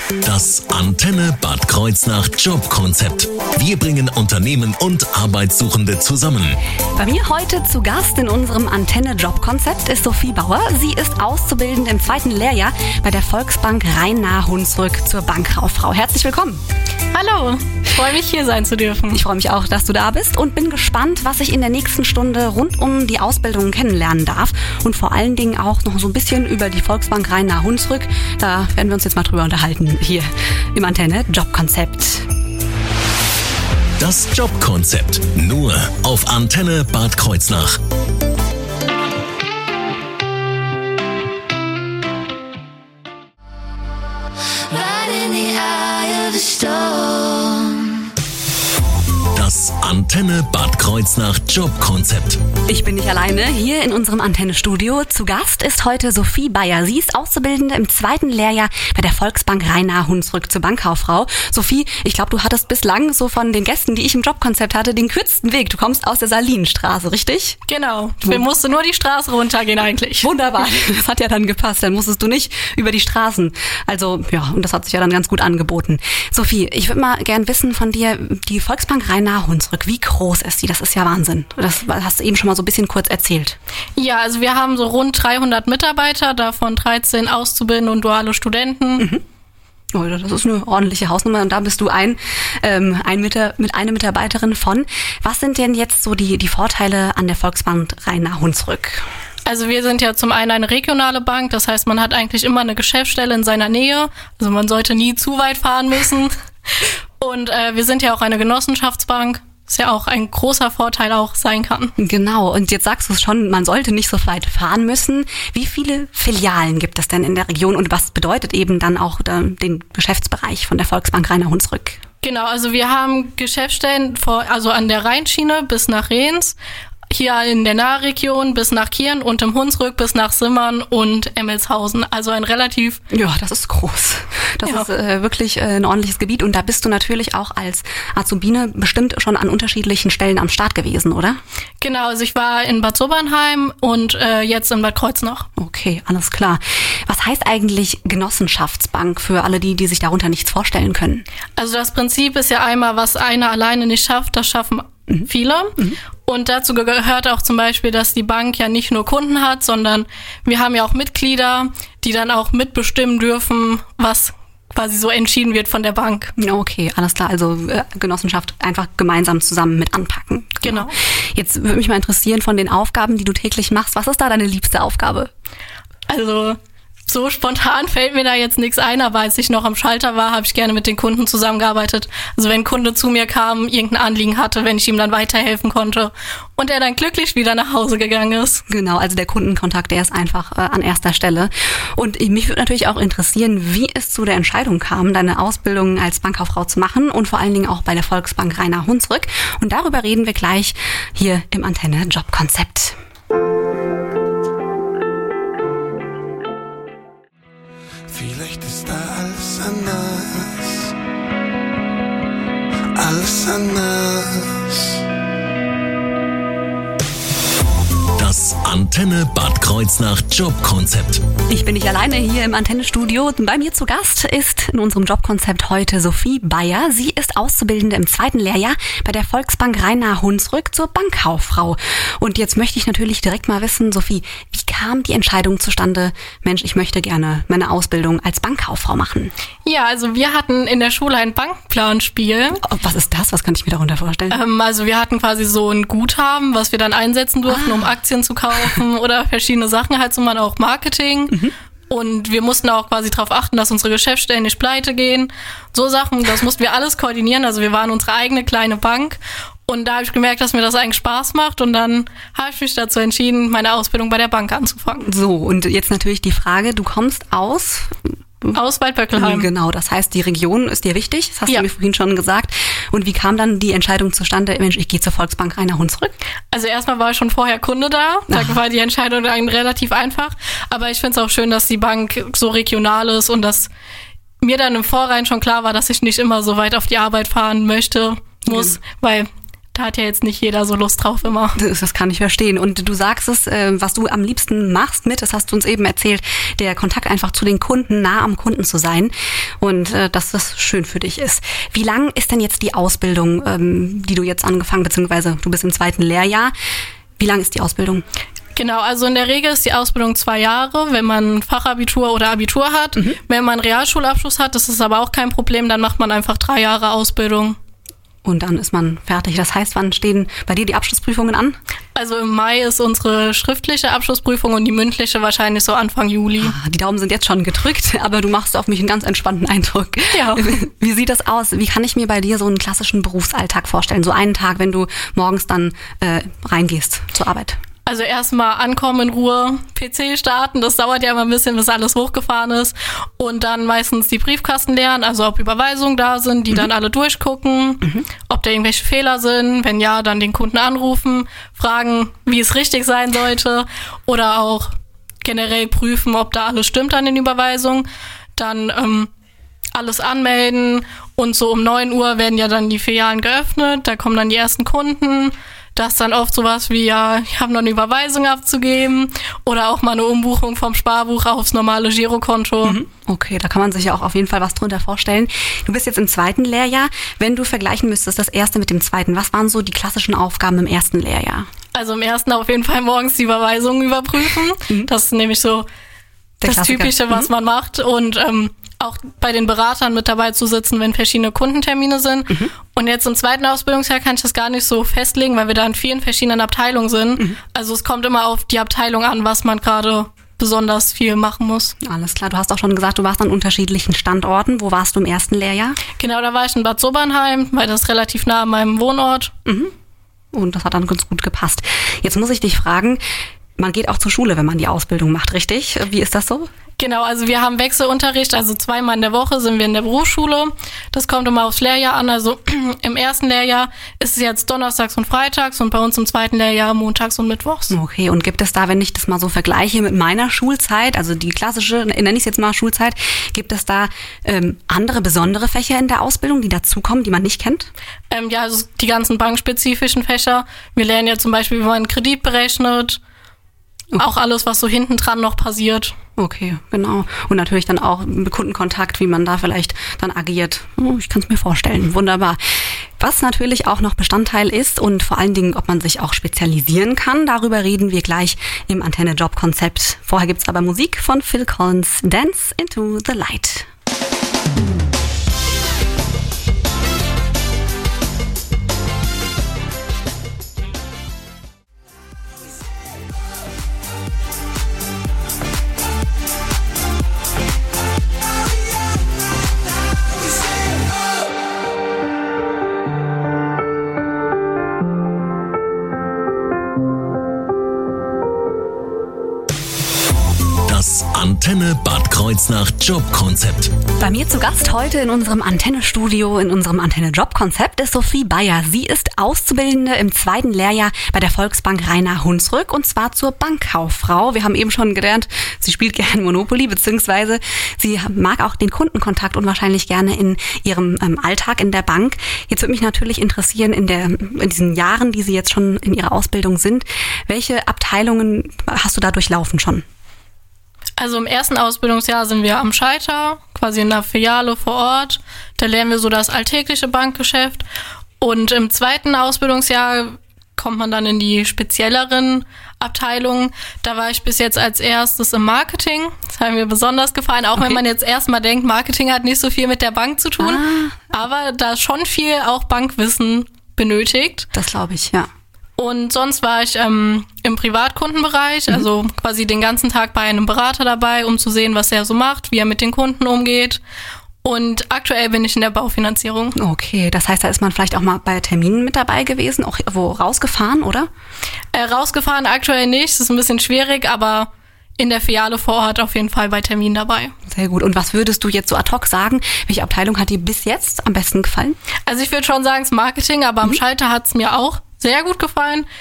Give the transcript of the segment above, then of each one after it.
Das Antenne Bad Kreuznach Jobkonzept. Wir bringen Unternehmen und Arbeitssuchende zusammen. Bei mir heute zu Gast in unserem Antenne Jobkonzept ist Sophie Bauer. Sie ist Auszubildende im 2. Lehrjahr bei der Volksbank Rhein-Nahe-Hunsrück zur Bankkauffrau. Herzlich willkommen. Hallo, ich freue mich, hier sein zu dürfen. Ich freue mich auch, dass du da bist und bin gespannt, was ich in der nächsten Stunde rund um die Ausbildung kennenlernen darf und vor allen Dingen auch noch so ein bisschen über die Volksbank Rhein-Nahe-Hunsrück. Da werden wir uns jetzt mal drüber unterhalten, hier im Antenne Jobkonzept. Das Jobkonzept nur auf Antenne Bad Kreuznach. Das Antenne Bad Kreuznach Jobkonzept. Ich bin nicht alleine. Hier in unserem Antenne-Studio zu Gast ist heute Sophie Bauer. Sie ist Auszubildende im 2. Lehrjahr bei der Volksbank Rhein-Nahe-Hunsrück zur Bankkauffrau. Sophie, ich glaube, du hattest bislang so von den Gästen, die ich im Jobkonzept hatte, den kürzesten Weg. Du kommst aus der Salinenstraße, richtig? Genau. Wir mussten nur die Straße runtergehen eigentlich. Wunderbar. Das hat ja dann gepasst. Dann musstest du nicht über die Straßen. Also, ja, und das hat sich ja dann ganz gut angeboten. Sophie, ich würde mal gern wissen von dir, die Volksbank Rhein-Nahe-Hunsrück, wie groß ist die? Das ist ja Wahnsinn. Das hast du eben schon mal so ein bisschen kurz erzählt. Ja, also wir haben so rund 300 Mitarbeiter, davon 13 Auszubildende und duale Studenten. Mhm. Oh, das ist eine ordentliche Hausnummer und da bist du eine Mitarbeiterin von. Was sind denn jetzt so die Vorteile an der Volksbank Rhein-Nahe-Hunsrück? Also wir sind ja zum einen eine regionale Bank, das heißt, man hat eigentlich immer eine Geschäftsstelle in seiner Nähe. Also man sollte nie zu weit fahren müssen. Und wir sind ja auch eine Genossenschaftsbank, was ja auch ein großer Vorteil auch sein kann. Genau, und jetzt sagst du es schon, man sollte nicht so weit fahren müssen. Wie viele Filialen gibt es denn in der Region und was bedeutet eben dann auch den Geschäftsbereich von der Volksbank Rhein-Nahe-Hunsrück? Genau, also wir haben Geschäftsstellen an der Rheinschiene bis nach Rehns, hier in der Nahregion bis nach Kirn und im Hunsrück bis nach Simmern und Emmelshausen. Also ein relativ... Ja, das ist groß. Das ist wirklich ein ordentliches Gebiet. Und da bist du natürlich auch als Azubine bestimmt schon an unterschiedlichen Stellen am Start gewesen, oder? Genau, also ich war in Bad Sobernheim und jetzt in Bad Kreuznach. Okay, alles klar. Was heißt eigentlich Genossenschaftsbank für alle die sich darunter nichts vorstellen können? Also das Prinzip ist ja einmal, was einer alleine nicht schafft, das schaffen viele. Mhm. Und dazu gehört auch zum Beispiel, dass die Bank ja nicht nur Kunden hat, sondern wir haben ja auch Mitglieder, die dann auch mitbestimmen dürfen, was quasi so entschieden wird von der Bank. Okay, alles klar. Also Genossenschaft einfach gemeinsam zusammen mit anpacken. Genau. Jetzt würde mich mal interessieren von den Aufgaben, die du täglich machst. Was ist da deine liebste Aufgabe? Also so spontan fällt mir da jetzt nichts ein, aber als ich noch am Schalter war, habe ich gerne mit den Kunden zusammengearbeitet. Also wenn ein Kunde zu mir kam, irgendein Anliegen hatte, wenn ich ihm dann weiterhelfen konnte und er dann glücklich wieder nach Hause gegangen ist. Genau, also der Kundenkontakt, der ist einfach an erster Stelle. Und mich würde natürlich auch interessieren, wie es zu der Entscheidung kam, deine Ausbildung als Bankkauffrau zu machen und vor allen Dingen auch bei der Volksbank Rhein-Nahe-Hunsrück. Und darüber reden wir gleich hier im Antenne Jobkonzept. Vielleicht ist da alles anders, alles anders. Das Antenne Bad Kreuznach Jobkonzept. Ich bin nicht alleine hier im Antenne-Studio. Bei mir zu Gast ist in unserem Jobkonzept heute Sophie Bauer. Sie ist Auszubildende im 2. Lehrjahr bei der Volksbank Rhein-Nahe-Hunsrück zur Bankkauffrau. Und jetzt möchte ich natürlich direkt mal wissen, Sophie, wie kam die Entscheidung zustande, Mensch, ich möchte gerne meine Ausbildung als Bankkauffrau machen? Ja, also wir hatten in der Schule ein Bankenplanspiel. Oh, was ist das? Was kann ich mir darunter vorstellen? Also wir hatten quasi so ein Guthaben, was wir dann einsetzen durften, um Aktien zu kaufen oder verschiedene Sachen, halt so mal auch Marketing. Mhm. Und wir mussten auch quasi darauf achten, dass unsere Geschäftsstellen nicht pleite gehen. So Sachen, das mussten wir alles koordinieren. Also wir waren unsere eigene kleine Bank. Und da habe ich gemerkt, dass mir das eigentlich Spaß macht. Und dann habe ich mich dazu entschieden, meine Ausbildung bei der Bank anzufangen. So, und jetzt natürlich die Frage, du kommst aus Waldböckelheim. Genau, das heißt, die Region ist dir wichtig, das hast du mir vorhin schon gesagt. Und wie kam dann die Entscheidung zustande, Mensch, ich gehe zur Volksbank Rhein-Nahe-Hunsrück? Also erstmal war ich schon vorher Kunde da, da war die Entscheidung dann relativ einfach. Aber ich finde es auch schön, dass die Bank so regional ist und dass mir dann im Vorhinein schon klar war, dass ich nicht immer so weit auf die Arbeit fahren muss, weil da hat ja jetzt nicht jeder so Lust drauf immer. Das kann ich verstehen. Und du sagst es, was du am liebsten machst das hast du uns eben erzählt, der Kontakt einfach zu den Kunden, nah am Kunden zu sein und dass das schön für dich ist. Wie lang ist denn jetzt die Ausbildung, die du jetzt angefangen, beziehungsweise du bist im 2. Lehrjahr. Wie lang ist die Ausbildung? Genau, also in der Regel ist die Ausbildung 2 Jahre, wenn man Fachabitur oder Abitur hat. Wenn man einen Realschulabschluss hat, das ist aber auch kein Problem, dann macht man einfach 3 Jahre Ausbildung. Und dann ist man fertig. Das heißt, wann stehen bei dir die Abschlussprüfungen an? Also im Mai ist unsere schriftliche Abschlussprüfung und die mündliche wahrscheinlich so Anfang Juli. Die Daumen sind jetzt schon gedrückt, aber du machst auf mich einen ganz entspannten Eindruck. Ja. Wie sieht das aus? Wie kann ich mir bei dir so einen klassischen Berufsalltag vorstellen? So einen Tag, wenn du morgens dann reingehst zur Arbeit. Also erstmal ankommen in Ruhe, PC starten, das dauert ja immer ein bisschen, bis alles hochgefahren ist. Und dann meistens die Briefkasten leeren, also ob Überweisungen da sind, die dann alle durchgucken, ob da irgendwelche Fehler sind. Wenn ja, dann den Kunden anrufen, fragen, wie es richtig sein sollte. Oder auch generell prüfen, ob da alles stimmt an den Überweisungen. Dann alles anmelden und so um 9 Uhr werden ja dann die Filialen geöffnet, da kommen dann die ersten Kunden. Das ist dann oft sowas wie, ja, ich habe noch eine Überweisung abzugeben oder auch mal eine Umbuchung vom Sparbuch aufs normale Girokonto. Okay, da kann man sich ja auch auf jeden Fall was drunter vorstellen. Du bist jetzt im 2. Lehrjahr. Wenn du vergleichen müsstest, das erste mit dem zweiten, was waren so die klassischen Aufgaben im 1. Lehrjahr? Also im ersten auf jeden Fall morgens die Überweisungen überprüfen. Das ist nämlich so das Typische, was man macht. Und auch bei den Beratern mit dabei zu sitzen, wenn verschiedene Kundentermine sind. Und jetzt im 2. Ausbildungsjahr kann ich das gar nicht so festlegen, weil wir da in vielen verschiedenen Abteilungen sind. Also es kommt immer auf die Abteilung an, was man gerade besonders viel machen muss. Alles klar, du hast auch schon gesagt, du warst an unterschiedlichen Standorten. Wo warst du im 1. Lehrjahr? Genau, da war ich in Bad Sobernheim, weil das relativ nah an meinem Wohnort. Und das hat dann ganz gut gepasst. Jetzt muss ich dich fragen, man geht auch zur Schule, wenn man die Ausbildung macht, richtig? Wie ist das so? Genau, also wir haben Wechselunterricht, also 2-mal in der Woche sind wir in der Berufsschule. Das kommt immer aufs Lehrjahr an, also im 1. Lehrjahr ist es jetzt donnerstags und freitags und bei uns im 2. Lehrjahr montags und mittwochs. Okay, und gibt es da, wenn ich das mal so vergleiche mit meiner Schulzeit, also die klassische, nenne ich es jetzt mal Schulzeit, gibt es da andere besondere Fächer in der Ausbildung, die dazukommen, die man nicht kennt? Ja, also die ganzen bankspezifischen Fächer. Wir lernen ja zum Beispiel, wie man einen Kredit berechnet, auch alles, was so hinten dran noch passiert. Okay, genau. Und natürlich dann auch mit Kundenkontakt, wie man da vielleicht dann agiert. Ich kann es mir vorstellen. Wunderbar. Was natürlich auch noch Bestandteil ist und vor allen Dingen, ob man sich auch spezialisieren kann, darüber reden wir gleich im Antenne-Job-Konzept. Vorher gibt's aber Musik von Phil Collins, Dance into the Light. Antenne Bad Kreuznach Jobkonzept. Bei mir zu Gast heute in unserem Antenne-Studio, in unserem Antenne-Job-Konzept ist Sophie Bayer. Sie ist Auszubildende im 2. Lehrjahr bei der Volksbank Rhein-Nahe-Hunsrück und zwar zur Bankkauffrau. Wir haben eben schon gelernt, sie spielt gerne Monopoly, beziehungsweise sie mag auch den Kundenkontakt und wahrscheinlich gerne in ihrem Alltag in der Bank. Jetzt würde mich natürlich interessieren, in diesen Jahren, die Sie jetzt schon in Ihrer Ausbildung sind, welche Abteilungen hast du da durchlaufen schon? Also im 1. Ausbildungsjahr sind wir am Schalter, quasi in der Filiale vor Ort. Da lernen wir so das alltägliche Bankgeschäft. Und im 2. Ausbildungsjahr kommt man dann in die spezielleren Abteilungen. Da war ich bis jetzt als erstes im Marketing. Das hat mir besonders gefallen, auch wenn man jetzt erstmal denkt, Marketing hat nicht so viel mit der Bank zu tun. Aber da ist schon viel auch Bankwissen benötigt. Das glaube ich, ja. Und sonst war ich im Privatkundenbereich, also quasi den ganzen Tag bei einem Berater dabei, um zu sehen, was er so macht, wie er mit den Kunden umgeht. Und aktuell bin ich in der Baufinanzierung. Okay, das heißt, da ist man vielleicht auch mal bei Terminen mit dabei gewesen, auch wo rausgefahren, oder? Rausgefahren aktuell nicht, das ist ein bisschen schwierig, aber in der Filiale vor Ort auf jeden Fall bei Terminen dabei. Sehr gut. Und was würdest du jetzt so ad hoc sagen? Welche Abteilung hat dir bis jetzt am besten gefallen? Also ich würde schon sagen, das Marketing, aber am Schalter hat es mir auch sehr gut gefallen,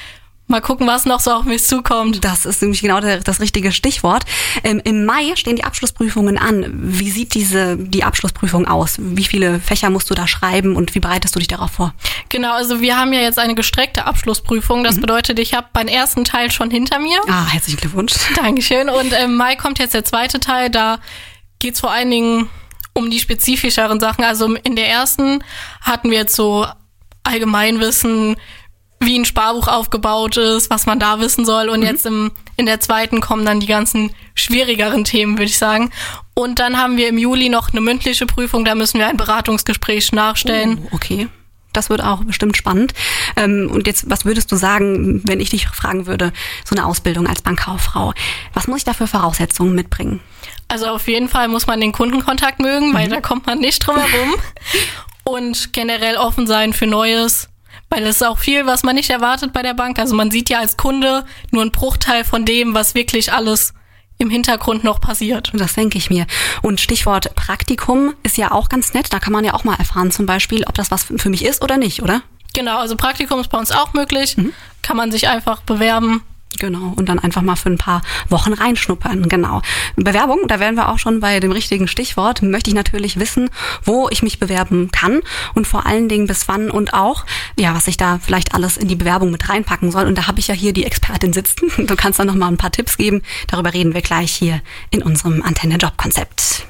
mal gucken, was noch so auf mich zukommt. Das ist nämlich genau das richtige Stichwort. Im Mai stehen die Abschlussprüfungen an. Wie sieht die Abschlussprüfung aus? Wie viele Fächer musst du da schreiben und wie bereitest du dich darauf vor? Genau, also wir haben ja jetzt eine gestreckte Abschlussprüfung. Das bedeutet, ich habe meinen ersten Teil schon hinter mir. Herzlichen Glückwunsch. Dankeschön. Und im Mai kommt jetzt der zweite Teil. Da geht's vor allen Dingen um die spezifischeren Sachen. Also in der ersten hatten wir jetzt so Allgemeinwissen, wie ein Sparbuch aufgebaut ist, was man da wissen soll. Und jetzt in der zweiten kommen dann die ganzen schwierigeren Themen, würde ich sagen. Und dann haben wir im Juli noch eine mündliche Prüfung, da müssen wir ein Beratungsgespräch nachstellen. Oh, okay. Das wird auch bestimmt spannend. Und jetzt, was würdest du sagen, wenn ich dich fragen würde, so eine Ausbildung als Bankkauffrau, was muss ich da für Voraussetzungen mitbringen? Also auf jeden Fall muss man den Kundenkontakt mögen, weil da kommt man nicht drum herum. Und generell offen sein für Neues. Weil es ist auch viel, was man nicht erwartet bei der Bank. Also man sieht ja als Kunde nur einen Bruchteil von dem, was wirklich alles im Hintergrund noch passiert. Das denke ich mir. Und Stichwort Praktikum ist ja auch ganz nett. Da kann man ja auch mal erfahren zum Beispiel, ob das was für mich ist oder nicht, oder? Genau, also Praktikum ist bei uns auch möglich. Kann man sich einfach bewerben. Genau, und dann einfach mal für ein paar Wochen reinschnuppern, genau. Bewerbung, da wären wir auch schon bei dem richtigen Stichwort. Möchte ich natürlich wissen, wo ich mich bewerben kann und vor allen Dingen bis wann und auch, ja, was ich da vielleicht alles in die Bewerbung mit reinpacken soll. Und da habe ich ja hier die Expertin sitzen. Du kannst dann noch mal ein paar Tipps geben. Darüber reden wir gleich hier in unserem Antenne-Job-Konzept.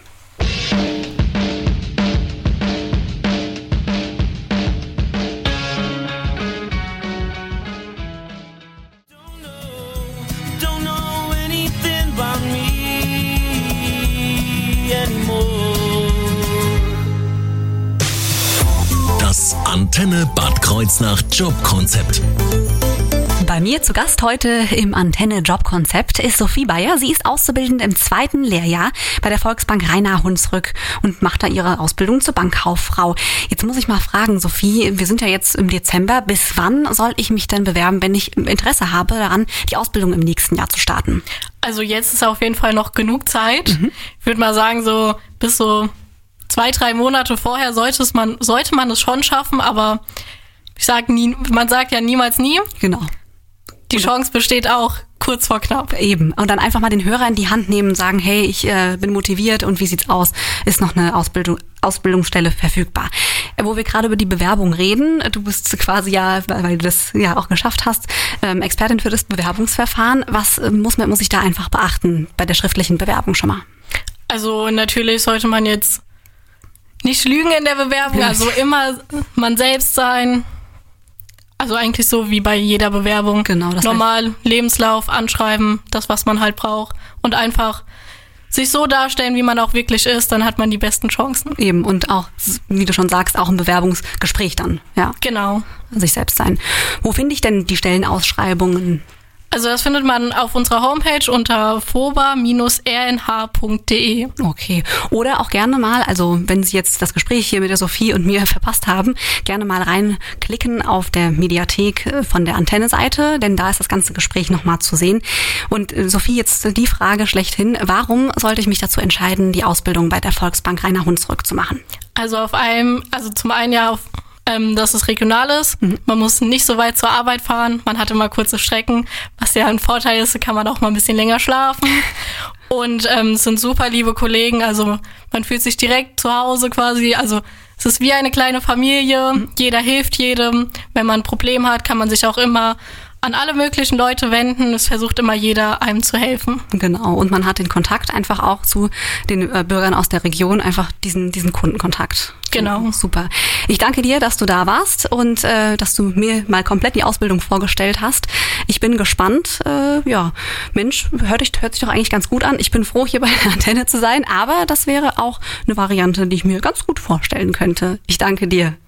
Das Antenne Bad Kreuznach Jobkonzept. Bei mir zu Gast heute im Antenne-Job-Konzept ist Sophie Bayer. Sie ist Auszubildende im 2. Lehrjahr bei der Volksbank Rhein-Nahe-Hunsrück und macht da ihre Ausbildung zur Bankkauffrau. Jetzt muss ich mal fragen, Sophie, wir sind ja jetzt im Dezember. Bis wann soll ich mich denn bewerben, wenn ich Interesse habe daran, die Ausbildung im nächsten Jahr zu starten? Also jetzt ist auf jeden Fall noch genug Zeit. Ich würde mal sagen, so bis so 2-3 Monate vorher sollte man es schon schaffen, aber man sagt ja niemals nie. Genau. Die Chance besteht auch kurz vor knapp. Eben. Und dann einfach mal den Hörer in die Hand nehmen und sagen, hey, ich bin motiviert und wie sieht's aus? Ist noch eine Ausbildungsstelle verfügbar? Wo wir gerade über die Bewerbung reden, du bist quasi ja, weil du das ja auch geschafft hast, Expertin für das Bewerbungsverfahren. Was muss ich da einfach beachten bei der schriftlichen Bewerbung schon mal? Also natürlich sollte man jetzt nicht lügen in der Bewerbung, also immer man selbst sein. Also eigentlich so wie bei jeder Bewerbung. Genau, das normal heißt, Lebenslauf, anschreiben, das, was man halt braucht. Und einfach sich so darstellen, wie man auch wirklich ist, dann hat man die besten Chancen. Eben, und auch, wie du schon sagst, auch im Bewerbungsgespräch dann. Ja. Genau. Sich selbst sein. Wo finde ich denn die Stellenausschreibungen? Also das findet man auf unserer Homepage unter foba-rnh.de. Okay. Oder auch gerne mal, also wenn Sie jetzt das Gespräch hier mit der Sophie und mir verpasst haben, gerne mal reinklicken auf der Mediathek von der Antenne-Seite, denn da ist das ganze Gespräch nochmal zu sehen. Und Sophie, jetzt die Frage schlechthin, warum sollte ich mich dazu entscheiden, die Ausbildung bei der Volksbank Rhein-Nahe-Hunsrück zu machen? Also zum einen ja dass es regional ist. Man muss nicht so weit zur Arbeit fahren. Man hat immer kurze Strecken. Was ja ein Vorteil ist, kann man auch mal ein bisschen länger schlafen. Und es sind super liebe Kollegen. Also man fühlt sich direkt zu Hause quasi. Also es ist wie eine kleine Familie. Jeder hilft jedem. Wenn man ein Problem hat, kann man sich auch immer an alle möglichen Leute wenden. Es versucht immer jeder, einem zu helfen. Genau. Und man hat den Kontakt einfach auch zu den Bürgern aus der Region, einfach diesen Kundenkontakt. Genau. Super. Ich danke dir, dass du da warst und dass du mir mal komplett die Ausbildung vorgestellt hast. Ich bin gespannt. Mensch, hört sich doch eigentlich ganz gut an. Ich bin froh, hier bei der Antenne zu sein, aber das wäre auch eine Variante, die ich mir ganz gut vorstellen könnte. Ich danke dir.